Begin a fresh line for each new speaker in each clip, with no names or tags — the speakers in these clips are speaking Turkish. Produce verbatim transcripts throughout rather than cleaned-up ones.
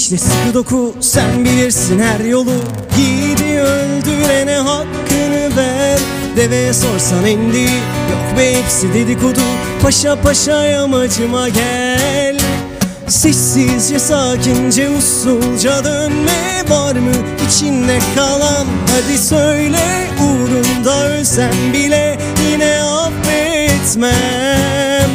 işte sıkı doku, sen bilirsin her yolu. Yiğidi öldürene hakkını ver. Deveye sorsan indi, yok be hepsi dedikodu. Paşa paşa yamacıma gel. Sessizce sakince usulca dönme, var mı içinde kalan? Hadi söyle, uğrunda ölsem bile yine affetmem.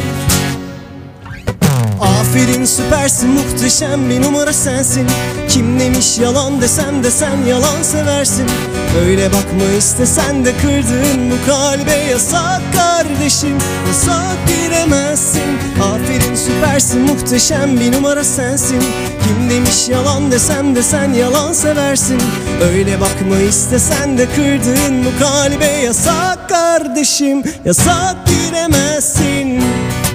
Aferin, süpersin, muhteşem bir numara sensin. Kim demiş yalan desem de sen yalan seversin. Öyle bakma istesen de kırdığın bu kalbe yasak kardeşim, yasak giremezsin. Aferin, süpersin, muhteşem bir numara sensin. Kim demiş yalan desem de sen yalan seversin. Öyle bakma istesen de kırdığın bu kalbe yasak kardeşim, yasak giremezsin.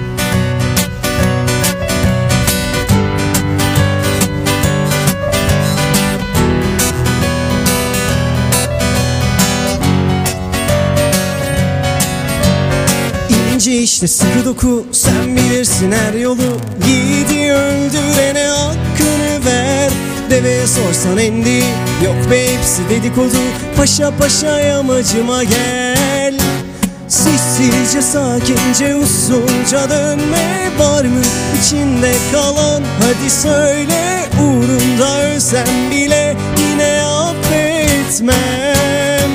İşte sıkı doku, sen bilirsin her yolu. Yiğidi öldürene hakkını ver. Deveye sorsan endi, yok be hepsi dedikodu. Paşa paşa yamacıma gel. Sessizce sakince usulca dönme, var mı içinde kalan? Hadi söyle, uğrunda ölsem bile yine affetmem.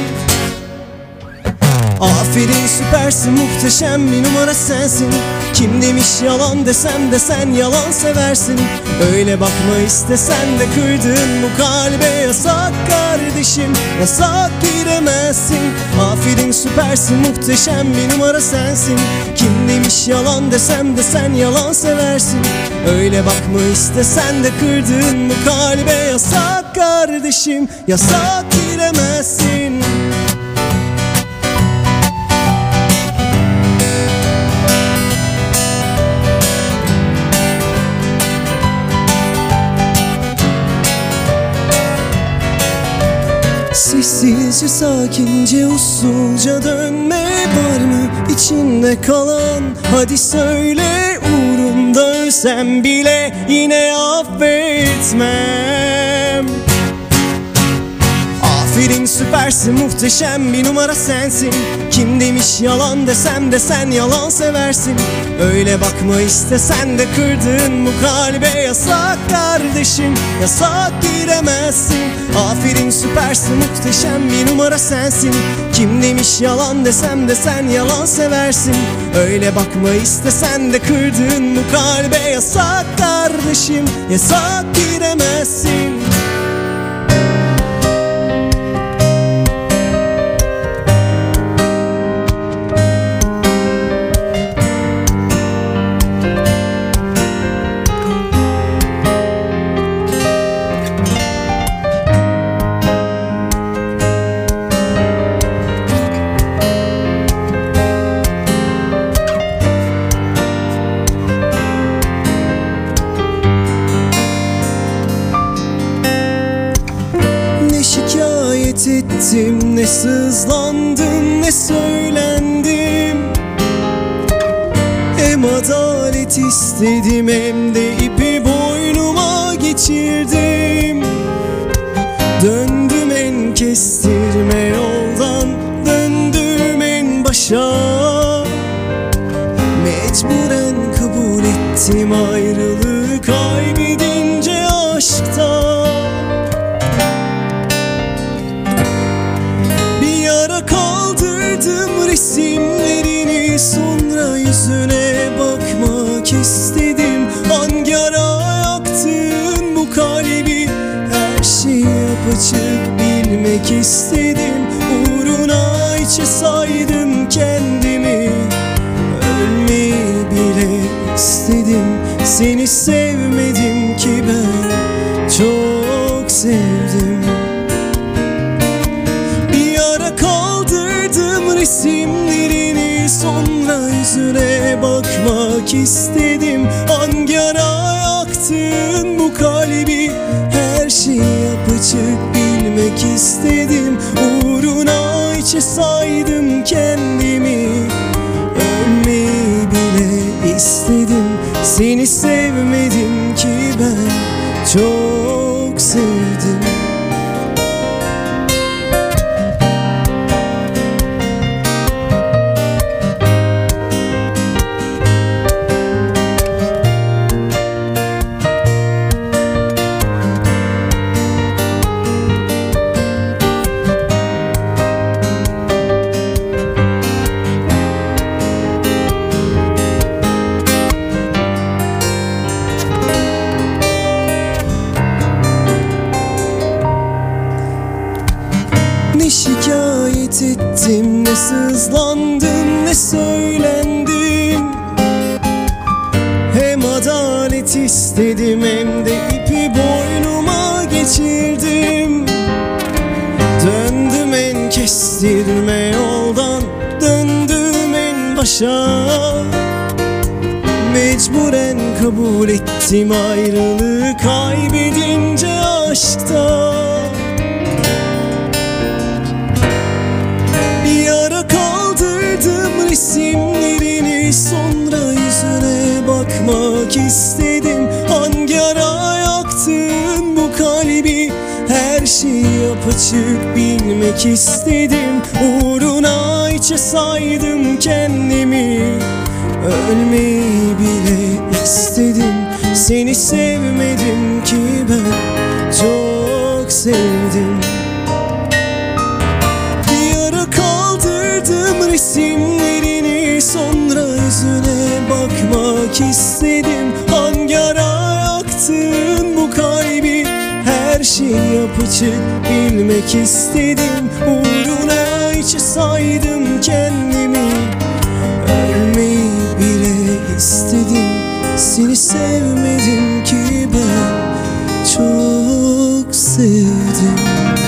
Aferin, süpersin, muhteşem bir numara sensin. Kim demiş yalan desem de sen yalan seversin. Öyle bakma istesen de kırdığın bu kalbe yasak kardeşim, yasak giremezsin. Aferin, süpersin, muhteşem bir numara sensin. Kim demiş yalan desem de sen yalan seversin. Öyle bakma istesen de kırdığın bu kalbe yasak kardeşim, yasak giremezsin. Sessizce sakince usulca dönme, var mı içinde kalan? Hadi söyle, uğrunda ölsem bile yine affetmem. Aferin, süpersin, muhteşem bir numara sensin. Kim demiş yalan desem de sen yalan seversin. Öyle bakma istesen de kırdığın bu kalbe yasak kardeşim, yasak giremezsin. Aferin, süpersin, muhteşem bir numara sensin. Kim demiş yalan desem de sen yalan seversin. Öyle bakma istesen de kırdığın bu kalbe yasak kardeşim, yasak giremezsin. Ettim, ne sızlandım ne söylendim. Hem adalet istedim hem de ipi boynuma geçirdim. Döndüm en kestirme yoldan, döndüm en başa. Mecburen kabul ettim ayrılığı, kaybedince aşkta. Kaldırdım resimlerini, sonra yüzüne bakmak istedim. Hangi ara yaktın bu kalbi, her şeyi apaçık bilmek istedim. Uğruna içe saydım kendimi, ölmeyi bile istedim. Seni sevmedim ki ben, çok sevdim. Resimlerini, sonra yüzüne bakmak istedim. Hangi ara yaktın bu kalbi, her şeyi apaçık bilmek istedim. Uğruna içe saydım kendimi, ölmeyi bile istedim. Seni sevmedim ki ben, çok sevdim. Ne şikayet ettim, ne sızlandım, ne söylendim. Hem adalet istedim hem de ipi boynuma geçirdim. Döndüm en kestirme yoldan, döndüm en başa. Mecburen kabul ettim ayrılığı, kaybedince aşkta. Kaldırdım resimlerini, sonra yüzüne bakmak istedim. Hangi ara yaktın bu kalbi, her şeyi apaçık bilmek istedim. Uğruna içe saydım kendimi, ölmeyi bile istedim. Seni sevmedim ki ben, çok sevdim. Resimlerini, sonra yüzüne bakmak istedim. Hangi ara yaktın bu kalbi, her şeyi apaçık bilmek istedim. Uğruna içe saydım kendimi, ölmeyi bile istedim. Seni sevmedim ki ben, çok sevdim.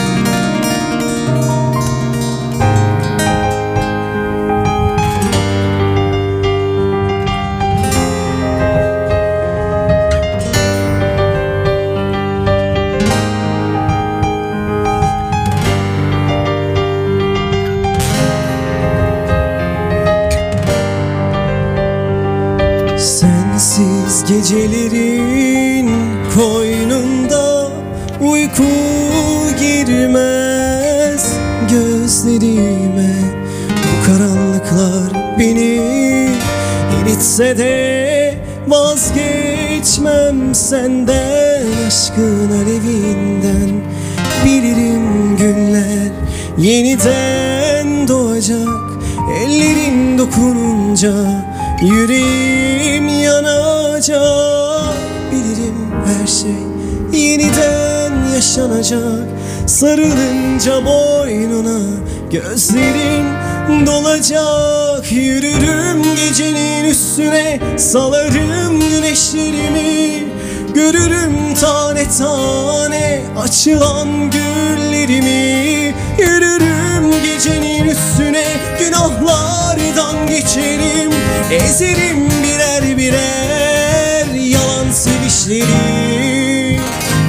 Sensiz gecelerin koynunda uyku girmez gözlerime. Bu karanlıklar beni initse de vazgeçmem senden, aşkın alevinden. Bilirim günler yeniden doğacak, ellerin dokununca yüreğim yanacak. Bilirim her şey yeniden yaşanacak, sarılınca boynuna gözlerin dolacak. Yürürüm gecenin üstüne, salarım güneşlerimi. Görürüm tane tane açılan güllerimi. Yürürüm gecenin üstüne, günahlardan geçerim. Ezerim birer birer yalan sevişleri.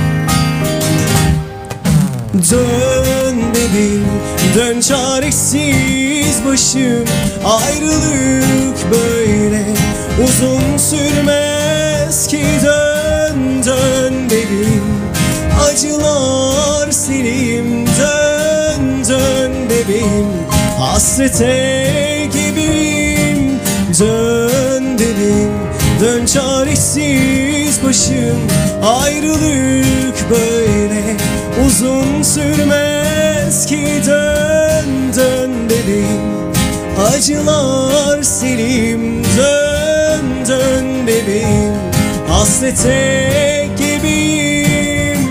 Dön bebeğim, dön çaresiz başım. Ayrılık böyle uzun sürmez ki. Dön, dön bebeğim, acılar sileyim. Dön, dön bebeğim, hasrete gibiyim. Dön bebeğim, dön çaresiz başım. Ayrılık böyle uzun sürmez ki. Dön, dön bebeğim, acılar sileyim. Dön, dön bebeğim, hasrete gibiyim.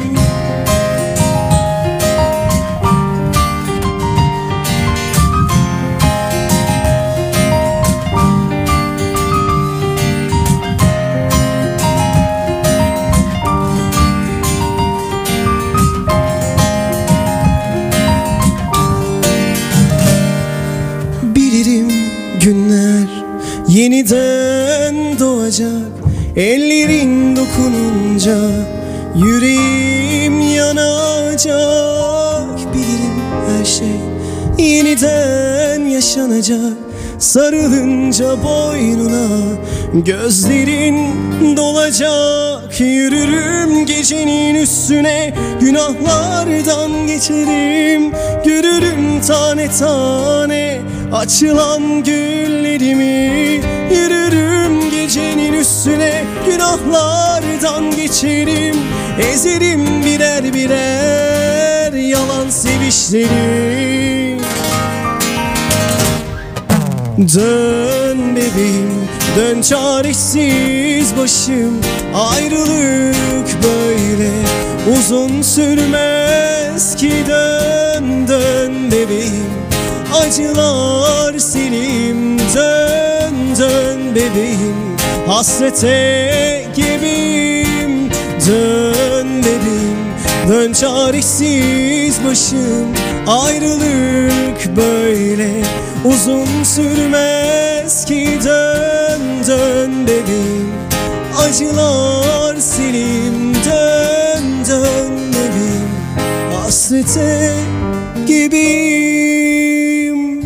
Bilirim günler yeniden doğacak, ellerin dokununca yüreğim yanacak. Bilirim her şey yeniden yaşanacak, sarılınca boynuna. Gözlerin dolacak, yürürüm gecenin üstüne. Günahlardan geçerim, görürüm tane tane açılan güllerimi. Yürürüm gecenin üstüne, günahlardan geçerim. Ezerim birer birer yalan sevişleri. Dön bebeğim, dön çaresiz başım. Ayrılık böyle uzun sürmez ki. Dön dön bebeğim, acılar silim. Dön dön bebeğim, hasrete gibiyim. Dön bebeğim, dön çaresiz başım. Ayrılık böyle uzun sürmez ki. Dön dön bebeğim, acılar silim. Dön dön bebeğim, hasrete gibiyim.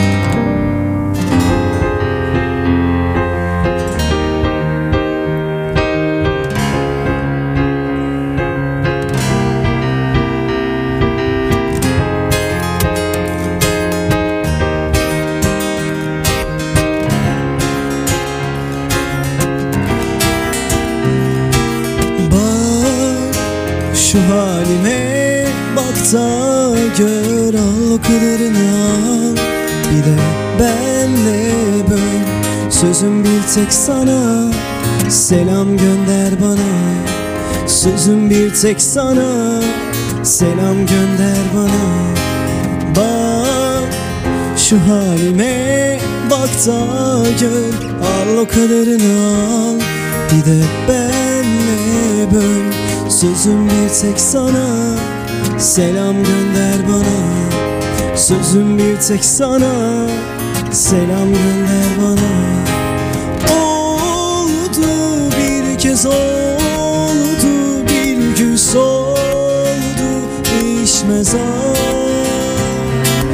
Şu halime bak da gör, al o kadarını al. Bir de benle böl, sözüm bir tek sana. Selam gönder bana, sözüm bir tek sana. Selam gönder bana. Bak şu halime bak da gör, al o kadarını al. Bir de benle böl, sözüm bir tek sana. Selam gönder bana, sözüm bir tek sana. Selam gönder bana. Oldu bir kez oldu, bir gün oldu, değişmez ah.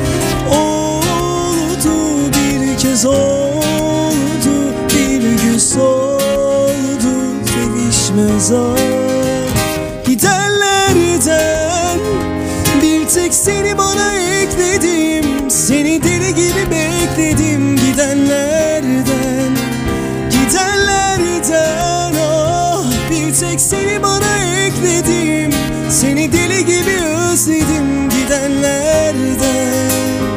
Oldu bir kez oldu, bir gün oldu, değişmez ah. Gidenlerden bir tek seni bana ekledim. Seni deli gibi bekledim. Gidenlerden, gidenlerden ah, bir tek seni bana ekledim. Seni deli gibi özledim. Gidenlerden.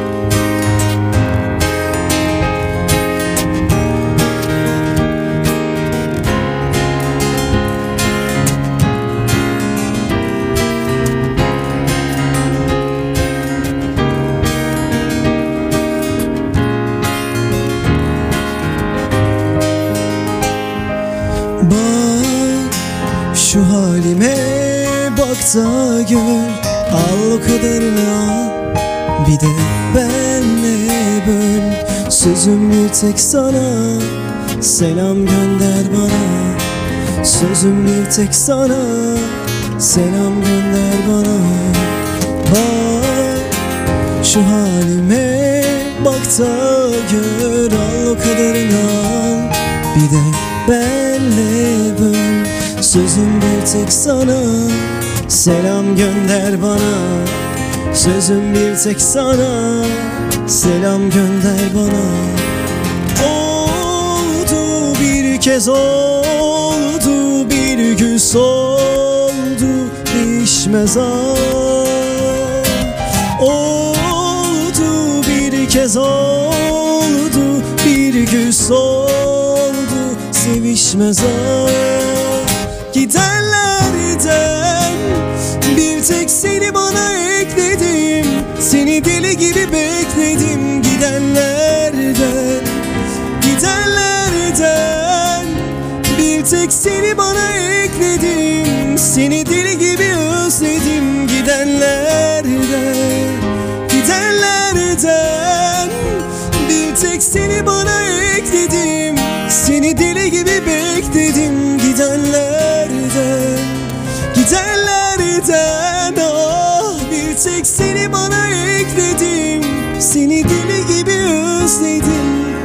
Şu halime bak da gör, al o kadarını al. Bir de benle böl, sözüm bir tek sana. Selam gönder bana, sözüm bir tek sana. Selam gönder bana. Bak şu halime bak da gör, al o kadarını al. Bir de benle böl, sözüm bir tek sana. Selam gönder bana, sözüm bir tek sana. Selam gönder bana. Oldu bir kez oldu, bir gün oldu, değişmez ah. Oldu bir kez oldu, bir gün oldu, sevişmez ah. Gidenlerden bir tek seni bana ekledim. Seni deli gibi bekledim. Gidenlerden, gidenlerden bir tek seni bana ekledim. Seni deli gibi özledim. Gidenlerden, gidenlerden bir tek seni bana ekledim. Seni deli gibi bekledim. Gidenlerden, gidenlerden ah, bir tek seni bana ekledim. Seni deli gibi özledim.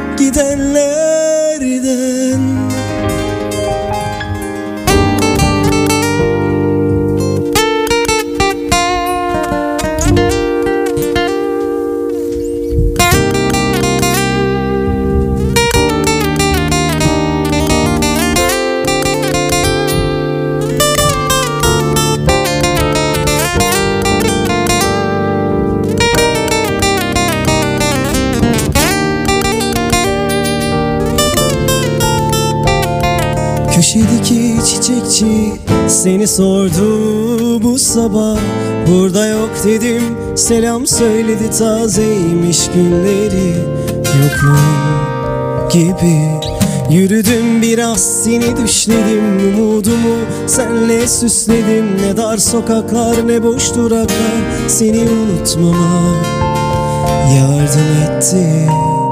Köşedeki çiçekçi seni sordu bu sabah. Burada yok dedim, selam söyledi, tazeymiş günleri yokluğum gibi. Yürüdüm biraz, seni düşledim, umudumu senle süsledim. Ne dar sokaklar ne boş duraklar seni unutmama yardım etti.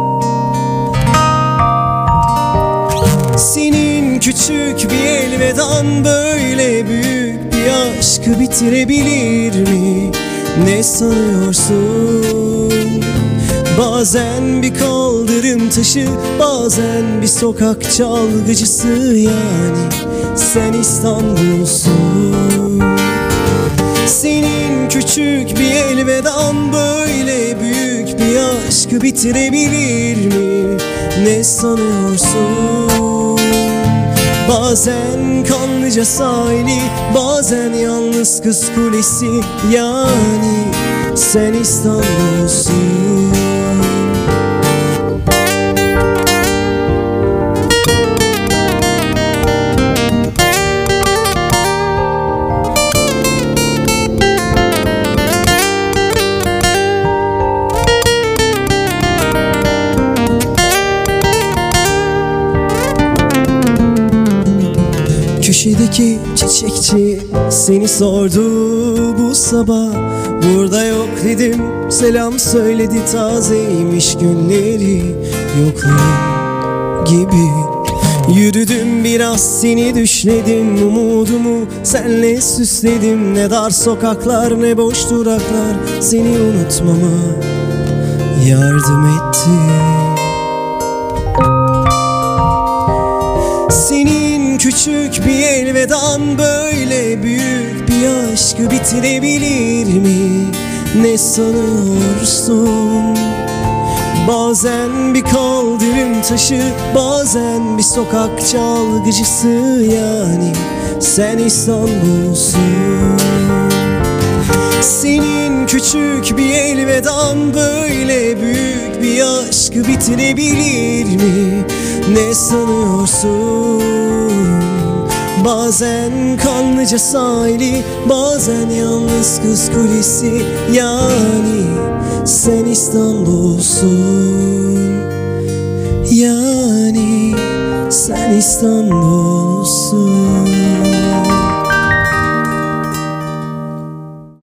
Senin küçük bir elvedan böyle büyük bir aşkı bitirebilir mi? Ne sanıyorsun? Bazen bir kaldırım taşı, bazen bir sokak çalgıcısı, yani sen İstanbul'sun. Senin küçük bir elvedan böyle büyük bir aşkı bitirebilir mi? Ne sanıyorsun? Bazen Kanlıca sahili, bazen yalnız Kız Kulesi, yani sen İstanbul'sun. Köşedeki çiçekçi seni sordu bu sabah. Burada yok dedim, selam söyledi, tazeymiş günleri yokluğum gibi. Yürüdüm biraz, seni düşledim, umudumu senle süsledim. Ne dar sokaklar ne boş duraklar seni unutmama yardım etti. Senin küçük bir elvedan böyle büyük bir aşkı bitirebilir mi? Ne sanıyorsun? Bazen bir kaldırım taşı, bazen bir sokak çalgıcısı, yani sen İstanbul'sun. Senin küçük bir elvedan böyle büyük bir aşkı bitirebilir mi? Ne sanıyorsun? Bazen Kanlıca sahili, bazen yalnız Kız Kulesi, yani sen İstanbul'sun. Yani sen İstanbul'sun.